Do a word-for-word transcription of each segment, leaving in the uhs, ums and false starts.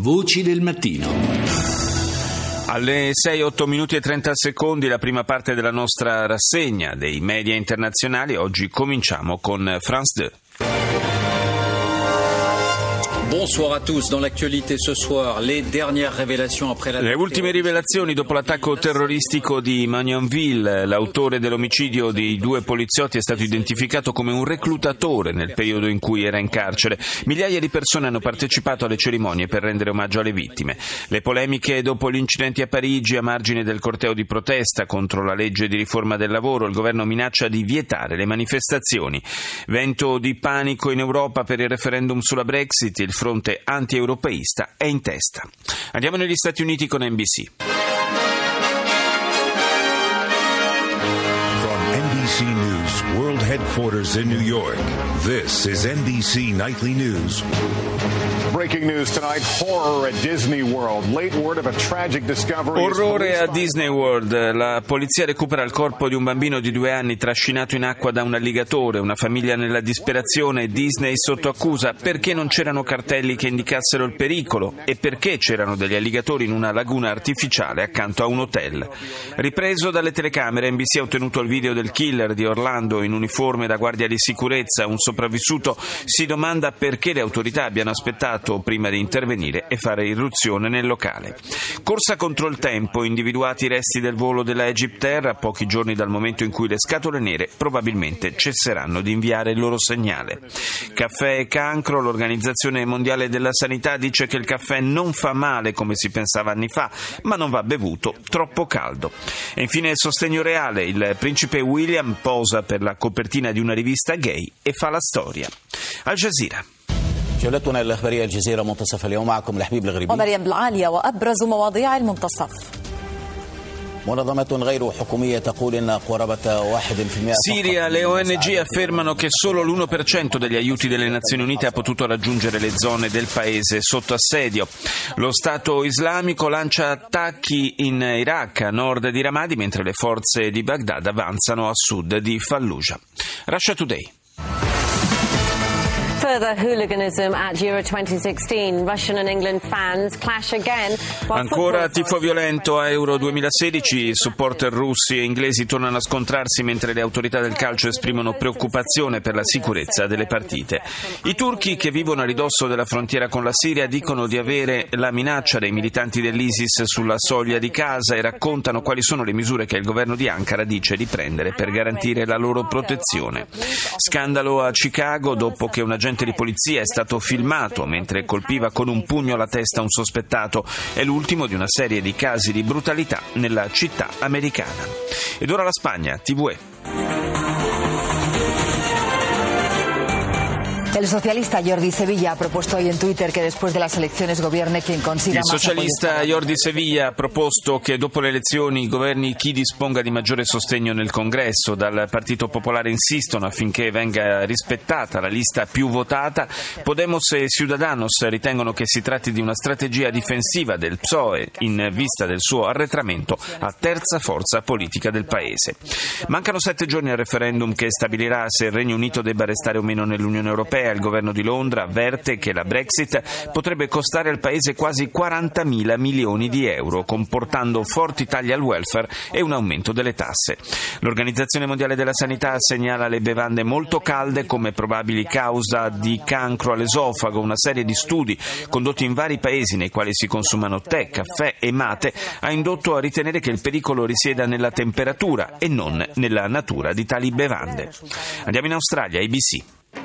Voci del mattino. Alle sei, otto minuti e trenta secondi la prima parte della nostra rassegna dei media internazionali. Oggi cominciamo con France due. Bonsoir à tous. Dans l'actualité ce soir, les dernières révélations après la... Le ultime rivelazioni dopo l'attacco terroristico di Magnanville. L'autore dell'omicidio di due poliziotti è stato identificato come un reclutatore nel periodo in cui era in carcere. Migliaia di persone hanno partecipato alle cerimonie per rendere omaggio alle vittime. Le polemiche dopo gli incidenti a Parigi a margine del corteo di protesta contro la legge di riforma del lavoro. Il governo minaccia di vietare le manifestazioni. Vento di panico in Europa per il referendum sulla Brexit. Il fronte anti-europeista è in testa. Andiamo negli Stati Uniti con N B C. From N B C News World Headquarters in New York, this is N B C Nightly News. Breaking news tonight, horror at Disney World. Late word of a tragic discovery. Orrore a Disney World. La polizia recupera il corpo di un bambino di due anni trascinato in acqua da un alligatore. Una famiglia nella disperazione. Disney sotto accusa. Perché non c'erano cartelli che indicassero il pericolo? E perché c'erano degli alligatori in una laguna artificiale accanto a un hotel? Ripreso dalle telecamere, N B C ha ottenuto il video del killer di Orlando in uniforme da guardia di sicurezza. Un sopravvissuto si domanda perché le autorità abbiano aspettato prima di intervenire e fare irruzione nel locale. Corsa contro il tempo, individuati i resti del volo della Egyptair a pochi giorni dal momento in cui le scatole nere probabilmente cesseranno di inviare il loro segnale. Caffè e cancro, l'Organizzazione Mondiale della Sanità dice che il caffè non fa male come si pensava anni fa, ma non va bevuto troppo caldo. E infine il sostegno reale, il principe William posa per la copertina di una rivista gay e fa la storia. Al Jazeera. جولتنا الإخبارية الجزيرة منتصف اليوم معكم لحبيب الغريبي ومريم بالعالية وأبرز مواضيع المنتصف. Siria, le O N G affermano che solo l'uno per cento degli aiuti delle Nazioni Unite ha potuto raggiungere le zone del paese sotto assedio. Lo Stato islamico lancia attacchi in Iraq, a nord di Ramadi, mentre le forze di Baghdad avanzano a sud di Fallujah. Russia Today. Further hooliganism at Euro twenty sixteen. Russian and England fans clash again. Ancora tifo violento a Euro duemilasedici. Supporter russi e inglesi tornano a scontrarsi mentre le autorità del calcio esprimono preoccupazione per la sicurezza delle partite. I turchi che vivono a ridosso della frontiera con la Siria dicono di avere la minaccia dei militanti dell'ISIS sulla soglia di casa e raccontano quali sono le misure che il governo di Ankara dice di prendere per garantire la loro protezione. Scandalo a Chicago dopo che un agente di polizia è stato filmato mentre colpiva con un pugno alla testa un sospettato. È l'ultimo di una serie di casi di brutalità nella città americana. Ed ora la Spagna, T V E. El socialista Jordi Sevilla ha proposto hoy en Twitter que después de las elecciones gobierne quien consiga Il socialista Jordi Sevilla ha proposto che dopo le elezioni governi chi disponga di maggiore sostegno nel Congresso. Dal Partito Popolare insistono affinché venga rispettata la lista più votata. Podemos e Ciudadanos ritengono che si tratti di una strategia difensiva del P S O E in vista del suo arretramento a terza forza politica del paese. Mancano sette giorni al referendum che stabilirà se il Regno Unito debba restare o meno nell'Unione Europea. Il governo di Londra avverte che la Brexit potrebbe costare al paese quasi quarantamila milioni di euro, comportando forti tagli al welfare e un aumento delle tasse. L'Organizzazione Mondiale della Sanità segnala le bevande molto calde come probabili causa di cancro all'esofago. Una serie di studi condotti in vari paesi nei quali si consumano tè, caffè e mate ha indotto a ritenere che il pericolo risieda nella temperatura e non nella natura di tali bevande. Andiamo in Australia, A B C.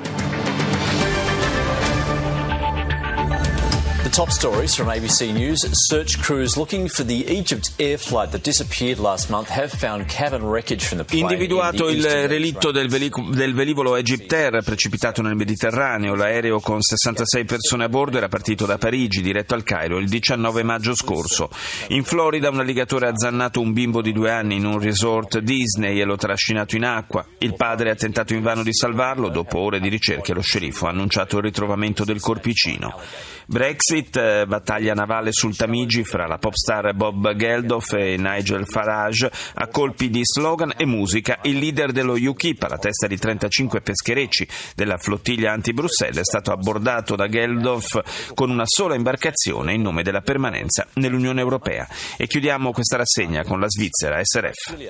Top stories from A B C News. Search crews looking for the Egypt air flight that disappeared last month have found cabin wreckage from the plane. Individuato il relitto del, velico, del velivolo Egyptair precipitato nel Mediterraneo. L'aereo con sessantasei persone a bordo era partito da Parigi diretto al Cairo il diciannove maggio scorso. In Florida un alligatore ha zannato un bimbo di due anni in un resort Disney e lo trascinato in acqua. Il padre ha tentato invano di salvarlo. Dopo ore di ricerche lo sceriffo ha annunciato il ritrovamento del corpicino. Brexit, battaglia navale sul Tamigi fra la pop star Bob Geldof e Nigel Farage, a colpi di slogan e musica. Il leader dello U K I P, alla testa di trentacinque pescherecci della flottiglia anti-Bruxelles, è stato abbordato da Geldof con una sola imbarcazione in nome della permanenza nell'Unione Europea. E chiudiamo questa rassegna con la Svizzera S R F.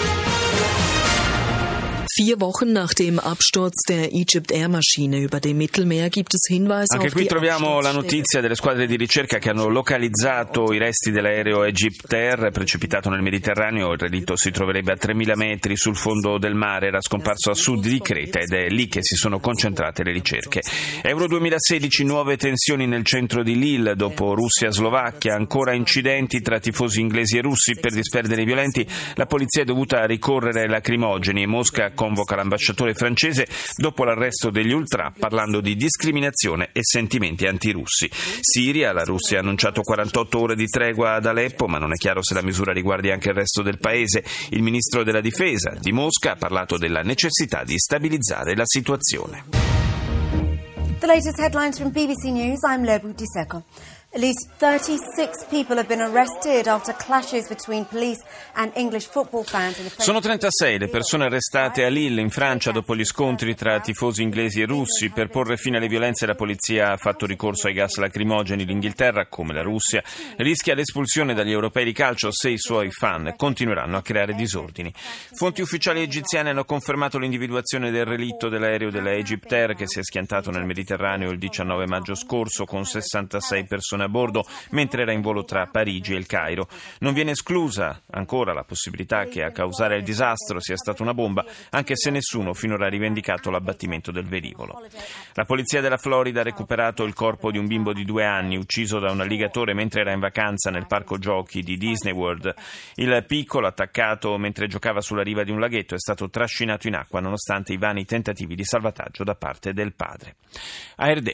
Vier Wochen nach dem Absturz der Egypt Air Maschine über dem Mittelmeer gibt es Hinweise Anche auf qui die troviamo la notizia delle squadre di ricerca che hanno localizzato i resti dell'aereo Egypt Air precipitato nel Mediterraneo. Il relitto si troverebbe a tremila metri sul fondo del mare, era scomparso a sud di Creta ed è lì che si sono concentrate le ricerche. Euro duemilasedici, nuove tensioni nel centro di Lille dopo Russia-Slovacchia, ancora incidenti tra tifosi inglesi e russi. Per disperdere i violenti la polizia è dovuta ricorrere ai lacrimogeni e Mosca convoca l'ambasciatore francese dopo l'arresto degli ultra, parlando di discriminazione e sentimenti antirussi. Siria, la Russia ha annunciato quarantotto ore di tregua ad Aleppo, ma non è chiaro se la misura riguardi anche il resto del paese. Il ministro della difesa di Mosca ha parlato della necessità di stabilizzare la situazione. The latest headlines from B B C News. I'm Lebu Diseko. At least thirty-six people have been arrested after clashes between police and English football fans in the French. Sono trentasei le persone arrestate a Lille, in Francia, dopo gli scontri tra tifosi inglesi e russi. Per porre fine alle violenze la polizia ha fatto ricorso ai gas lacrimogeni. L'Inghilterra, come la Russia, rischia l'espulsione dagli europei di calcio se i suoi fan continueranno a creare disordini. Fonti ufficiali egiziane hanno confermato l'individuazione del relitto dell'aereo della Egypt Air che si è schiantato nel Mediterraneo il diciannove maggio scorso con sessantasei persone a bordo mentre era in volo tra Parigi e il Cairo. Non viene esclusa ancora la possibilità che a causare il disastro sia stata una bomba, anche se nessuno finora ha rivendicato l'abbattimento del velivolo. La polizia della Florida ha recuperato il corpo di un bimbo di due anni ucciso da un alligatore mentre era in vacanza nel parco giochi di Disney World. Il piccolo, attaccato mentre giocava sulla riva di un laghetto, è stato trascinato in acqua nonostante i vani tentativi di salvataggio da parte del padre. A R D.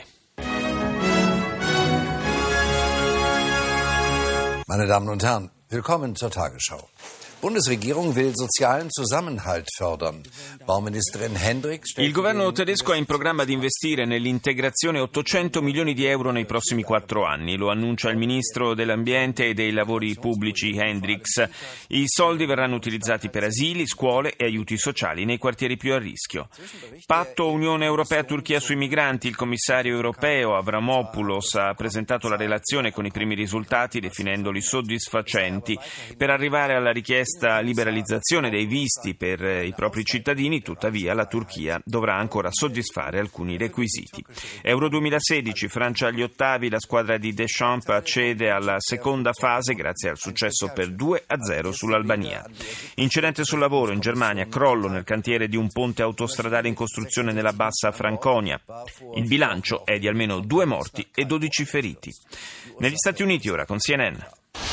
Meine Damen und Herren, willkommen zur Tagesschau. Bundesregierung will sozialen Zusammenhalt fördern. Bauministerin Hendricks. Il governo tedesco ha in programma di investire nell'integrazione ottocento milioni di euro nei prossimi quattro anni. Lo annuncia il ministro dell'Ambiente e dei Lavori Pubblici Hendricks. I soldi verranno utilizzati per asili, scuole e aiuti sociali nei quartieri più a rischio. Patto Unione Europea-Turchia sui migranti. Il commissario europeo Avramopoulos ha presentato la relazione con i primi risultati definendoli soddisfacenti. Per arrivare alla richiesta liberalizzazione dei visti per i propri cittadini, tuttavia la Turchia dovrà ancora soddisfare alcuni requisiti. Euro duemilasedici, Francia agli ottavi, la squadra di Deschamps accede alla seconda fase grazie al successo per due a zero sull'Albania. Incidente sul lavoro in Germania, crollo nel cantiere di un ponte autostradale in costruzione nella Bassa Franconia. Il bilancio è di almeno due morti e dodici feriti. Negli Stati Uniti ora con C N N.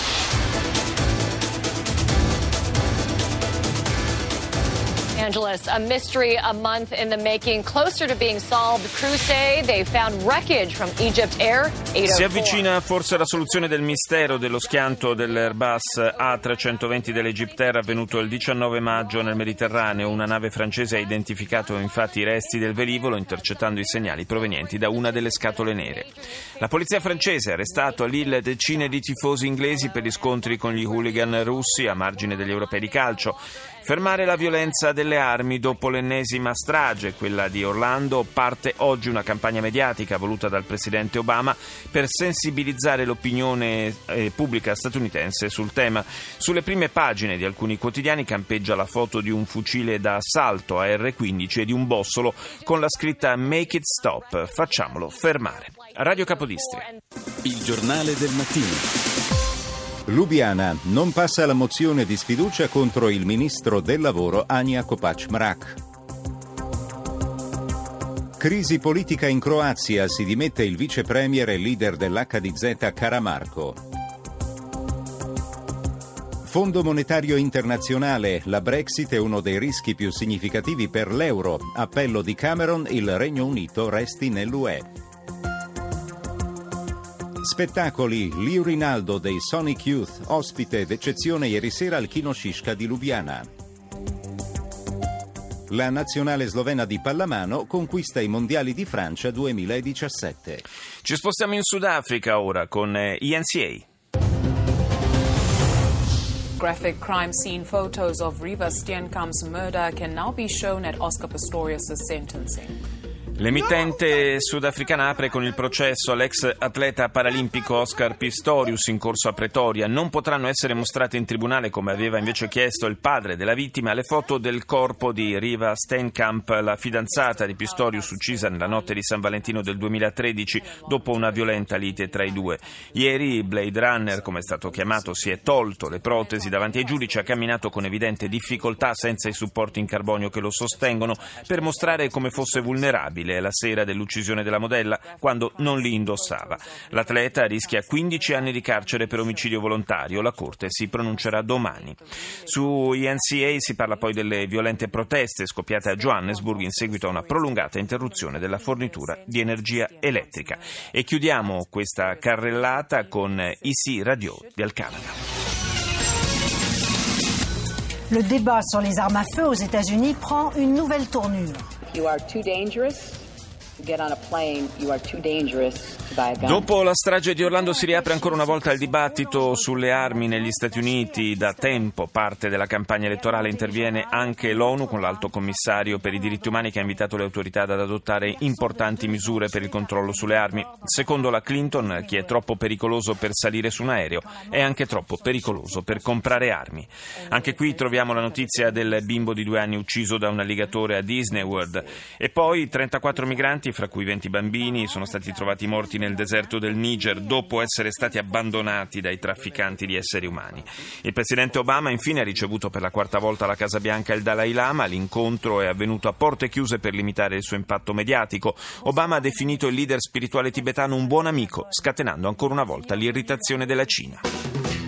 Angeles, a mystery a month in the making, closer to being solved. Crews say they found wreckage from Egypt Air eight oh four. Si avvicina forse la soluzione del mistero dello schianto dell'Airbus A trecentoventi dell'Egypt Air avvenuto il diciannove maggio nel Mediterraneo. Una nave francese ha identificato infatti i resti del velivolo intercettando i segnali provenienti da una delle scatole nere. La polizia francese ha arrestato a Lille decine di tifosi inglesi per gli scontri con gli hooligan russi a margine degli europei di calcio. Fermare la violenza delle armi dopo l'ennesima strage, quella di Orlando, parte oggi una campagna mediatica voluta dal presidente Obama per sensibilizzare l'opinione eh, pubblica statunitense sul tema. Sulle prime pagine di alcuni quotidiani campeggia la foto di un fucile da assalto A R quindici e di un bossolo con la scritta Make it stop, facciamolo fermare. Radio Capodistria. Il giornale del mattino. Lubiana non passa la mozione di sfiducia contro il ministro del lavoro Anja Kopač-Mrak. Crisi politica in Croazia, si dimette il vice premier e leader dell'H D Z Karamarko. Fondo monetario internazionale, la Brexit è uno dei rischi più significativi per l'euro. Appello di Cameron, il Regno Unito resti nell'U E. Spettacoli, Leo Rinaldo dei Sonic Youth, ospite d'eccezione ieri sera al Kino Šiška di Lubiana. La nazionale slovena di pallamano conquista i mondiali di Francia duemiladiciassette. Ci spostiamo in Sudafrica ora con E N C A. Graphic crime scene photos of Reeva Steenkamp's murder can now be shown at Oscar Pistorius' sentencing. L'emittente sudafricana apre con il processo all'ex atleta paralimpico Oscar Pistorius in corso a Pretoria. Non potranno essere mostrate in tribunale, come aveva invece chiesto il padre della vittima, le foto del corpo di Reeva Steenkamp, la fidanzata di Pistorius uccisa nella notte di San Valentino del duemilatredici dopo una violenta lite tra i due. Ieri Blade Runner, come è stato chiamato, si è tolto le protesi davanti ai giudici, ha camminato con evidente difficoltà senza i supporti in carbonio che lo sostengono per mostrare come fosse vulnerabile la sera dell'uccisione della modella quando non li indossava. L'atleta rischia quindici anni di carcere per omicidio volontario. La Corte si pronuncerà domani. Su E N C A si parla poi delle violente proteste scoppiate a Johannesburg in seguito a una prolungata interruzione della fornitura di energia elettrica. E chiudiamo questa carrellata con I C Radio del Canada. Le débat sur les armes à feu aux États-Unis prend une nouvelle tournure. You are too dangerous to get on a plane. You are too dangerous to buy a gun. Dopo la strage di Orlando si riapre ancora una volta il dibattito sulle armi negli Stati Uniti. Da tempo parte della campagna elettorale interviene anche l'ONU con l'Alto Commissario per i diritti umani che ha invitato le autorità ad adottare importanti misure per il controllo sulle armi. Secondo la Clinton, chi è troppo pericoloso per salire su un aereo è anche troppo pericoloso per comprare armi. Anche qui troviamo la notizia del bimbo di due anni ucciso da un alligatore a Disney World. E poi trentaquattro migranti, fra cui venti bambini, sono stati trovati morti nel deserto del Niger dopo essere stati abbandonati dai trafficanti di esseri umani. Il presidente Obama infine ha ricevuto per la quarta volta alla Casa Bianca il Dalai Lama. L'incontro è avvenuto a porte chiuse per limitare il suo impatto mediatico. Obama ha definito il leader spirituale tibetano un buon amico, scatenando ancora una volta l'irritazione della Cina.